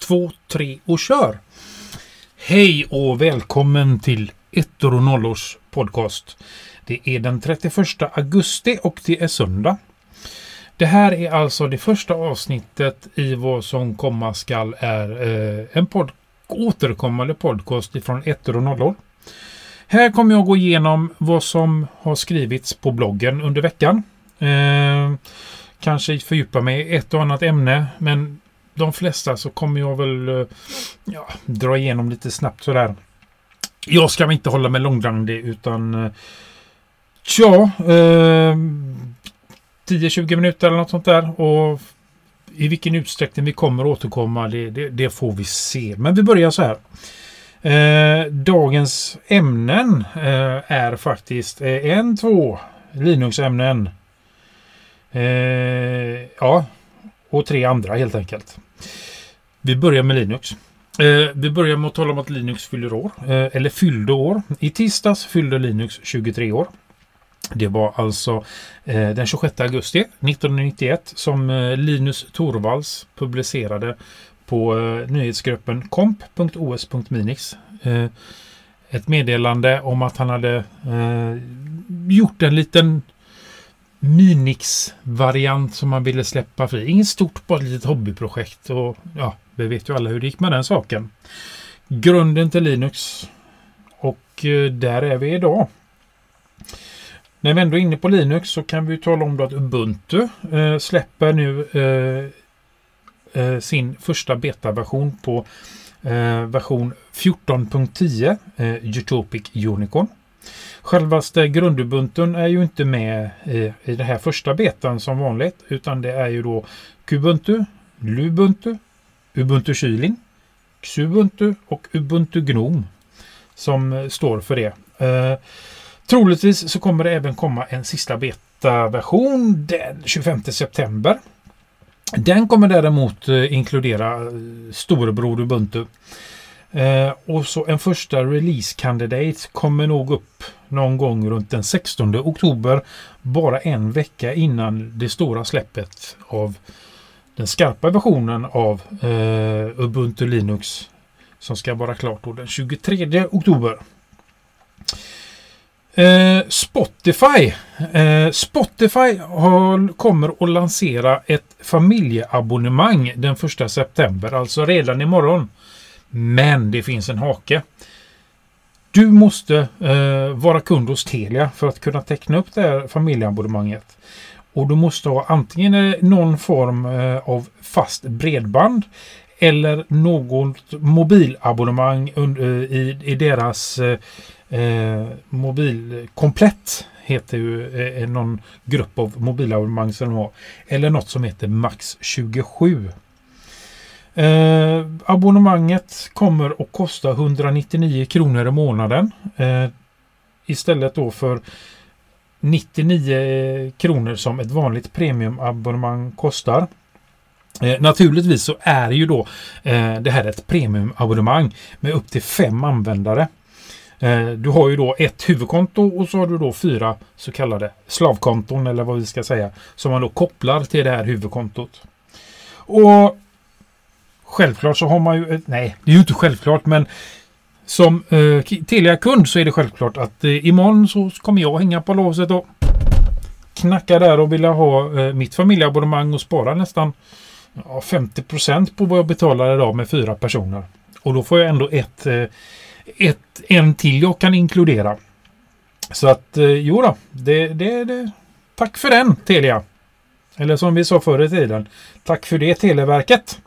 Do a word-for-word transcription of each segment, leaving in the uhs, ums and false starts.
två, tre och kör! Hej och välkommen till Ettor och Nollors podcast. Det är den trettioförsta augusti och det är söndag. Det här är alltså det första avsnittet i vad som komma skall är eh, en pod- återkommande podcast ifrån Ettor och Nollor. Här kommer jag gå igenom vad som har skrivits på bloggen under veckan. Eh, kanske fördjupa mig i ett och annat ämne, men de flesta så kommer jag väl ja, dra igenom lite snabbt sådär. Jag ska inte hålla mig långrandig utan tja, eh, tio till tjugo minuter eller något sånt där. Och i vilken utsträckning vi kommer återkomma, det, det, det får vi se. Men vi börjar så här. Eh, dagens ämnen eh, är faktiskt eh, en, två Linux-ämnen. Eh, ja, och tre andra helt enkelt. Vi börjar med Linux. Eh, vi börjar med att tala om att Linux fyller år. Eh, eller fyllde år. I tisdags fyllde Linux tjugotre år. Det var alltså eh, den tjugosjätte augusti nittonhundranittioett som eh, Linus Torvalds publicerade på eh, nyhetsgruppen komp punkt o s punkt minix. Eh, ett meddelande om att han hade eh, gjort en liten Minix-variant som man ville släppa fri. Inget stort, bara ett litet hobbyprojekt. Och ja, vi vet ju alla hur det gick med den saken. Grunden till Linux. Och eh, där är vi idag. När vi ändå är inne på Linux så kan vi tala om då att Ubuntu eh, släpper nu eh, eh, sin första betaversion på eh, version fjorton punkt tio eh, Utopic Unicorn. Självaste grundubuntun är ju inte med i, i den här första betan som vanligt, utan det är ju då Kubuntu, Lubuntu, Ubuntu Kylin, Xubuntu och Ubuntu Gnome som står för det. Eh, troligtvis så kommer det även komma en sista betaversion den tjugofemte september. Den kommer däremot eh, inkludera storebror Ubuntu. Eh, och så en första release candidate kommer nog upp någon gång runt den sextonde oktober, bara en vecka innan det stora släppet av den skarpa versionen av eh, Ubuntu Linux som ska vara klart då den tjugotredje oktober. Eh, Spotify eh, Spotify har, kommer att lansera ett familjeabonnemang den första september, alltså redan imorgon. Men det finns en hake. Du måste eh, vara kund hos Telia för att kunna teckna upp det här familjeabonnemanget. Och du måste ha antingen någon form eh, av fast bredband eller något mobilabonnemang under, i, i deras eh, mobilkomplett heter ju eh, någon grupp av mobilabonnemang som de har. Eller något som heter Max tjugosju. Eh, abonnemanget kommer att kosta hundranittionio kronor i månaden eh, istället då för nittionio kronor som ett vanligt premiumabonnemang kostar. Eh, naturligtvis så är ju då eh, det här ett premiumabonnemang med upp till fem användare. Eh, du har ju då ett huvudkonto och så har du då fyra så kallade slavkonton eller vad vi ska säga som man då kopplar till det här huvudkontot. Och självklart så har man ju, nej det är ju inte självklart, men som eh, Telia-kund så är det självklart att eh, imorgon så kommer jag hänga på låset och knacka där och vilja ha eh, mitt familjeabonnemang och spara nästan ja, femtio procent på vad jag betalar idag med fyra personer. Och då får jag ändå ett, eh, ett en till jag kan inkludera. Så att eh, jo då, det, det, det, tack för den Telia. Eller som vi sa förr i tiden, tack för det Televerket.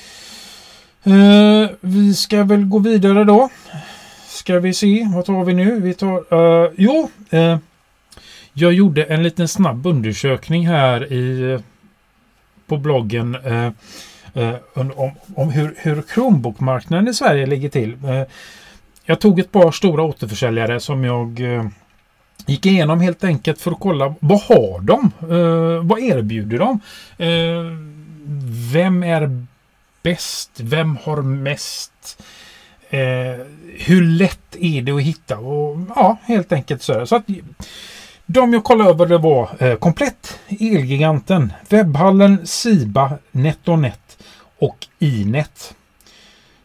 Uh, vi ska väl gå vidare då. Ska vi se, vad tar vi nu? Vi tar, uh, jo, uh, jag gjorde en liten snabb undersökning här i, på bloggen uh, uh, om, om hur, hur Chromebook-marknaden i Sverige ligger till. Uh, jag tog ett par stora återförsäljare som jag uh, gick igenom helt enkelt för att kolla vad har de? Uh, vad erbjuder de? Uh, vem är bäst? Vem har mest? Eh, hur lätt är det att hitta? Och, ja, helt enkelt så. Så att de jag kollade över det var eh, Komplett, Elgiganten, Webbhallen, Siba, NetOnNet och iNet.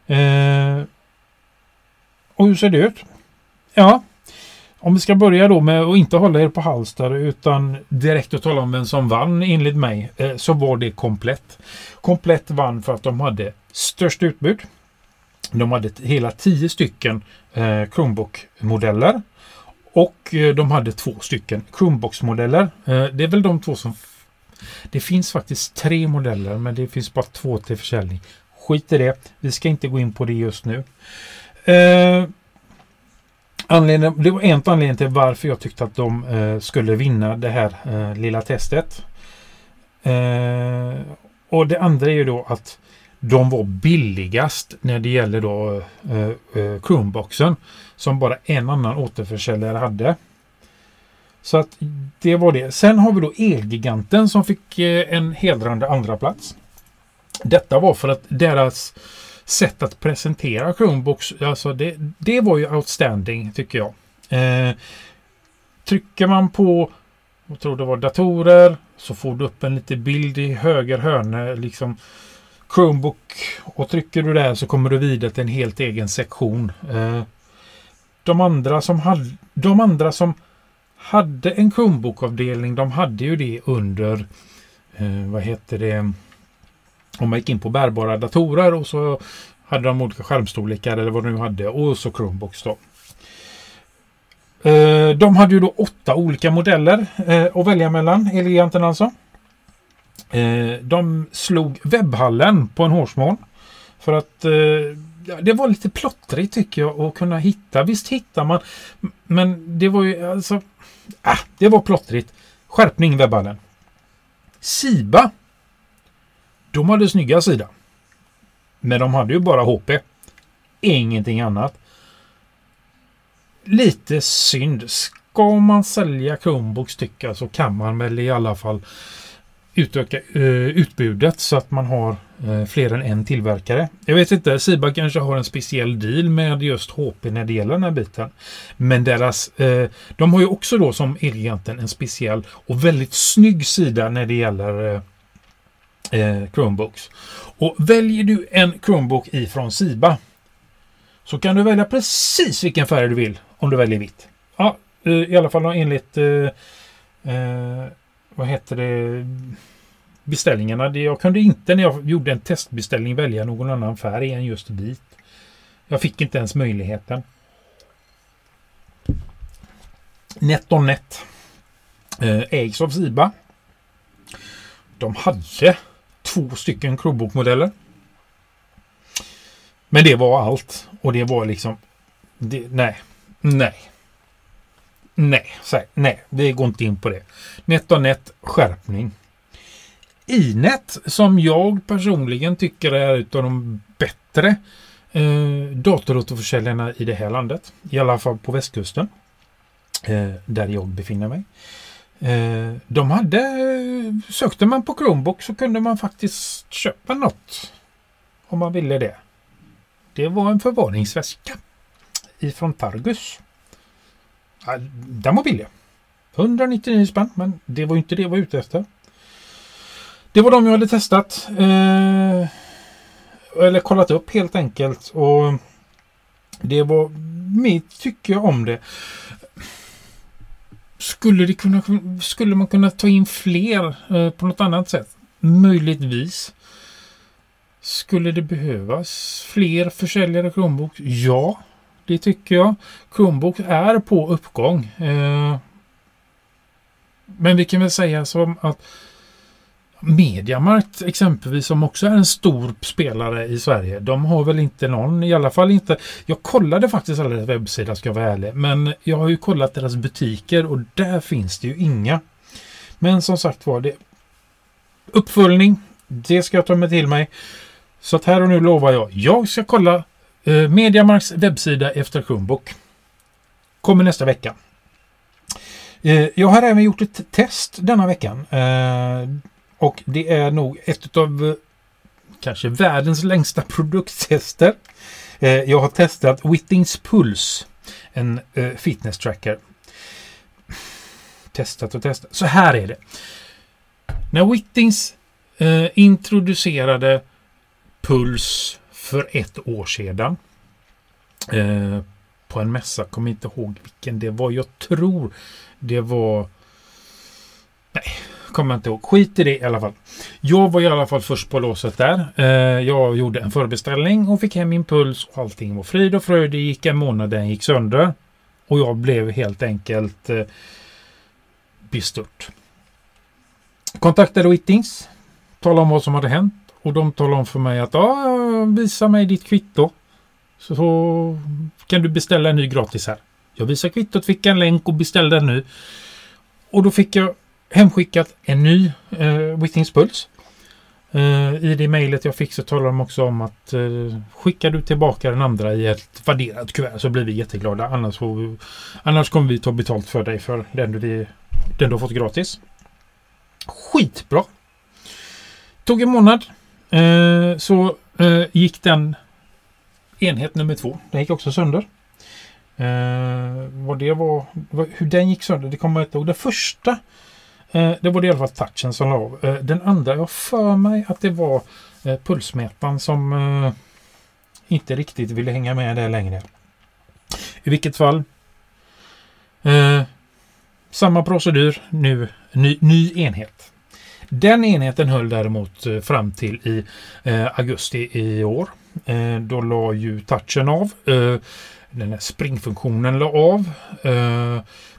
Eh, och hur ser det ut? Ja, om vi ska börja då med att inte hålla er på halster utan direkt att tala om vem som vann enligt mig, eh, så var det Komplett. Komplett vann för att de hade störst utbud. De hade hela tio stycken eh, Chromebook-modeller och eh, de hade två stycken Chromebox-modeller. Eh, det är väl de två som... F- det finns faktiskt tre modeller men det finns bara två till försäljning. Skit i det. Vi ska inte gå in på det just nu. Eh, anledning, det var en anledning till varför jag tyckte att de eh, skulle vinna det här eh, lilla testet. Eh, och det andra är ju då att de var billigast när det gäller då eh, eh, Chromeboxen som bara en annan återförsäljare hade. Så att det var det. Sen har vi då Elgiganten som fick eh, en hedrande andra plats. Detta var för att deras sätt att presentera Chromebooks, alltså det, det var ju outstanding tycker jag. Eh, trycker man på, jag tror det var datorer, så får du upp en liten bild i höger hörna, liksom Chromebook, och trycker du där så kommer du vidare till en helt egen sektion. Eh, de andra som hade, de andra som hade en Chromebook-avdelning, de hade ju det under, eh, vad heter det, om man gick in på bärbara datorer och så hade de olika skärmstorlekar eller vad de nu hade och så Chromebooks då. Eh, de hade ju då åtta olika modeller eh, att välja mellan, Elgiganten alltså. Eh, de slog webbhallen på en hårsmån för att eh, det var lite plottrigt tycker jag att kunna hitta. Visst hittar man, men det var ju alltså, ah, det var plottrigt. Skärpning webbhallen. Siba, de hade snygga sida. Men de hade ju bara H P. Ingenting annat. Lite synd. Ska man sälja Chromebooks tycker jag så kan man väl i alla fall utöka uh, utbudet så att man har uh, fler än en tillverkare. Jag vet inte, Siba kanske har en speciell deal med just H P när det gäller den här biten. Men deras, uh, de har ju också då som Elgiganten en speciell och väldigt snygg sida när det gäller uh, uh, Chromebooks. Och väljer du en Chromebook ifrån Siba så kan du välja precis vilken färg du vill om du väljer vitt. Ja, uh, i alla fall enligt uh, uh, vad heter det, beställningarna. Jag kunde inte när jag gjorde en testbeställning välja någon annan färg än just vit. Jag fick inte ens möjligheten. NetOnNet ägs av Siba. De hade två stycken Chromebook-modeller. Men det var allt. Och det var liksom det, nej, nej. Nej, säg, nej, det går inte in på det. NetOnNet skärpning. Inet som jag personligen tycker är utav de bättre eh, datorautorförsäljarna i det här landet. I alla fall på västkusten. Eh, där jag befinner mig. Eh, de hade, sökte man på Chromebook så kunde man faktiskt köpa något. Om man ville det. Det var en förvaringsväska ifrån Targus. Ja, den var billig. hundranittionio spänn, men det var inte det jag var ute efter. Det var de jag hade testat. Eh, eller kollat upp helt enkelt. Och det var mitt tycker jag om det. Skulle, det kunna, skulle man kunna ta in fler eh, på något annat sätt? Möjligtvis. Skulle det behövas fler försäljare Chromebook? Ja, det tycker jag. Chromebook är på uppgång. Eh, men vi kan väl säga som att Mediamarkt exempelvis, som också är en stor spelare i Sverige, de har väl inte någon, i alla fall inte. Jag kollade faktiskt alla deras webbsidor, ska jag vara ärlig, men jag har ju kollat deras butiker och där finns det ju inga. Men som sagt var det uppföljning, det ska jag ta med till mig. Så att här och nu lovar jag, jag ska kolla eh, Mediamarks webbsida efter Chromebook. Kommer nästa vecka. Eh, jag har även gjort ett test denna veckan. Eh, och det är nog ett av eh, kanske världens längsta produkttester. Eh, jag har testat Whittings Puls, en eh, fitness tracker. Testat och testat. Så här är det. När Whittings eh, introducerade Puls för ett år sedan. Eh, på en mässa, kommer inte ihåg vilken det var. Jag tror det var... Nej, kommer inte ihåg. Skit i det i alla fall. Jag var i alla fall först på låset där. Eh, jag gjorde en förbeställning och fick hem min puls och allting var frid och fröjd. Det gick en månad, den gick sönder. Och jag blev helt enkelt eh, bestört. Kontaktade Whittings. Talade om vad som hade hänt. Och de talade om för mig att ja, visa mig ditt kvitto. Så kan du beställa en ny gratis här. Jag visade kvittot, fick en länk och beställde den nu. Och då fick jag hemskickat en ny eh, Whittings puls. Eh, I det mejlet jag fick så talade de också om att eh, skickar du tillbaka den andra i ett värderat kuvert så blir vi jätteglada. Annars, får vi, annars kommer vi ta betalt för dig för den du, den du har fått gratis. Skitbra! Tog en månad. Eh, så eh, gick den enhet nummer två. Den gick också sönder. Eh, vad det var, vad, hur den gick sönder, det kommer jag inte ihåg. Det första, eh, det var det i alla fall touchen som la av. Eh, den andra, jag för mig att det var eh, pulsmätaren som eh, inte riktigt ville hänga med där längre. I vilket fall, eh, samma procedur, nu ny, ny enhet. Den enheten höll däremot eh, fram till i eh, augusti i år. Eh, då la ju touchen av. Eh, den här springfunktionen la av. Eh,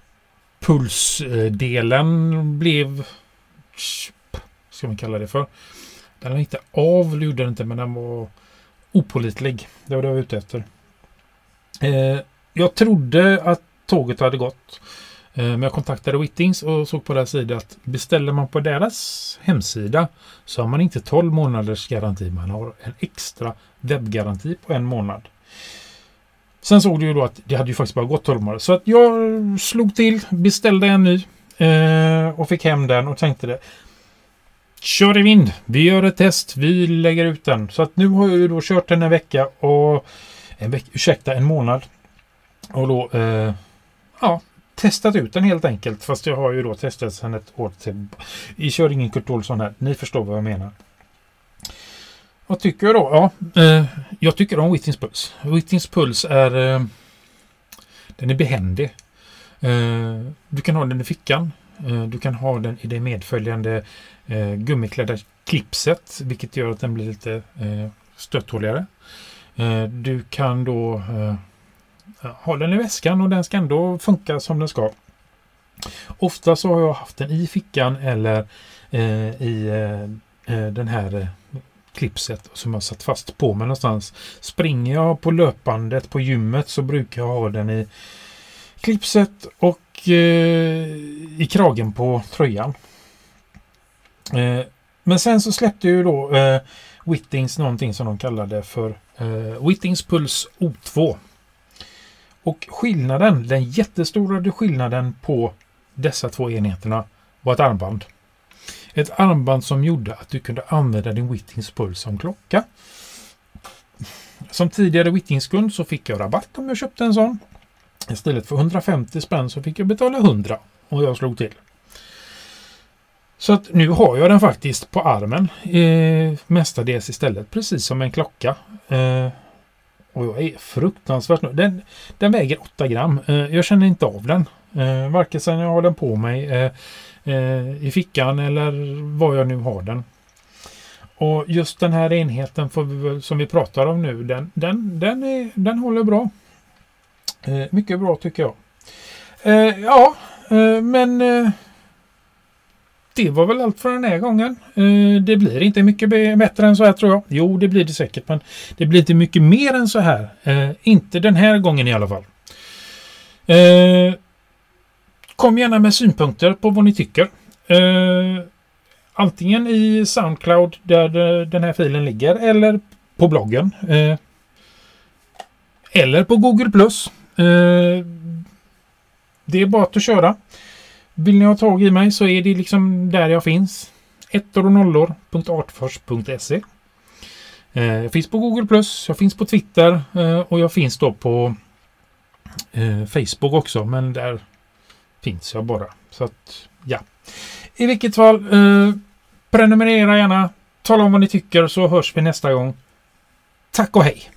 pulsdelen blev... Ska man kalla det för? Den var inte av, gjorde den inte, men den var opålitlig. Det var det jag var ute efter. Eh, jag trodde att tåget hade gått. Eh, men jag kontaktade Whittings och såg på deras sida att beställer man på deras hemsida så har man inte tolv månaders garanti. Man har en extra webbgaranti på en månad. Sen såg du ju då att det hade ju faktiskt bara gått tolv månader. Så att jag slog till, beställde en ny eh, och fick hem den och tänkte det. Kör i vind, vi gör ett test, vi lägger ut den. Så att nu har jag ju då kört den en vecka och en vecka, ursäkta, en månad. Och då, eh, ja, testat ut den helt enkelt. Fast jag har ju då testat sedan ett år till. Vi kör ingen Kurt Olsson här, ni förstår vad jag menar. Vad tycker jag då? Ja, eh, jag tycker om Whittings puls. Whittings puls är eh, den är behändig. Eh, du kan ha den i fickan. Eh, du kan ha den i det medföljande eh, gummiklädda klipset, vilket gör att den blir lite eh, stöttåligare. Eh, du kan då eh, ha den i väskan och den ska ändå funka som den ska. Ofta så har jag haft den i fickan eller eh, i eh, den här eh, klipset som jag satt fast på mig någonstans. Springer jag på löpbandet på gymmet så brukar jag ha den i klipset och eh, i kragen på tröjan. Eh, men sen så släppte ju då eh, Whittings någonting som de kallade för eh, Whittings Puls O två. Och skillnaden, den jättestora skillnaden på dessa två enheterna var ett armband. Ett armband som gjorde att du kunde använda din Whittings puls som klocka. Som tidigare Whittings-kund så fick jag rabatt om jag köpte en sån. Istället för hundrafemtio spänn så fick jag betala hundra och jag slog till. Så att nu har jag den faktiskt på armen eh, mestadels istället, precis som en klocka. Eh, och jag är fruktansvärt nöjd. Den, den väger åtta gram. Eh, jag känner inte av den. Eh, varken sedan jag har den på mig eh, eh, i fickan eller var jag nu har den. Och just den här enheten får vi väl, som vi pratar om nu, den, den, den, är, den håller bra. Eh, mycket bra tycker jag. Eh, ja, eh, men eh, det var väl allt för den här gången. Eh, det blir inte mycket bättre än så här tror jag. Jo, det blir det säkert, men det blir inte mycket mer än så här. Eh, inte den här gången i alla fall. Eh, kom gärna med synpunkter på vad ni tycker. Eh, antingen i SoundCloud där den här filen ligger eller på bloggen. Eh, eller på Google plus. Eh, det är bara att köra. Vill ni ha tag i mig så är det liksom där jag finns. ettor och nollor punkt artfors punkt se. eh, Jag finns på Google plus, jag finns på Twitter eh, och jag finns då på eh, Facebook också, men där finns jag bara. Så att, ja. I vilket fall, eh, prenumerera gärna. Tala om vad ni tycker så hörs vi nästa gång. Tack och hej!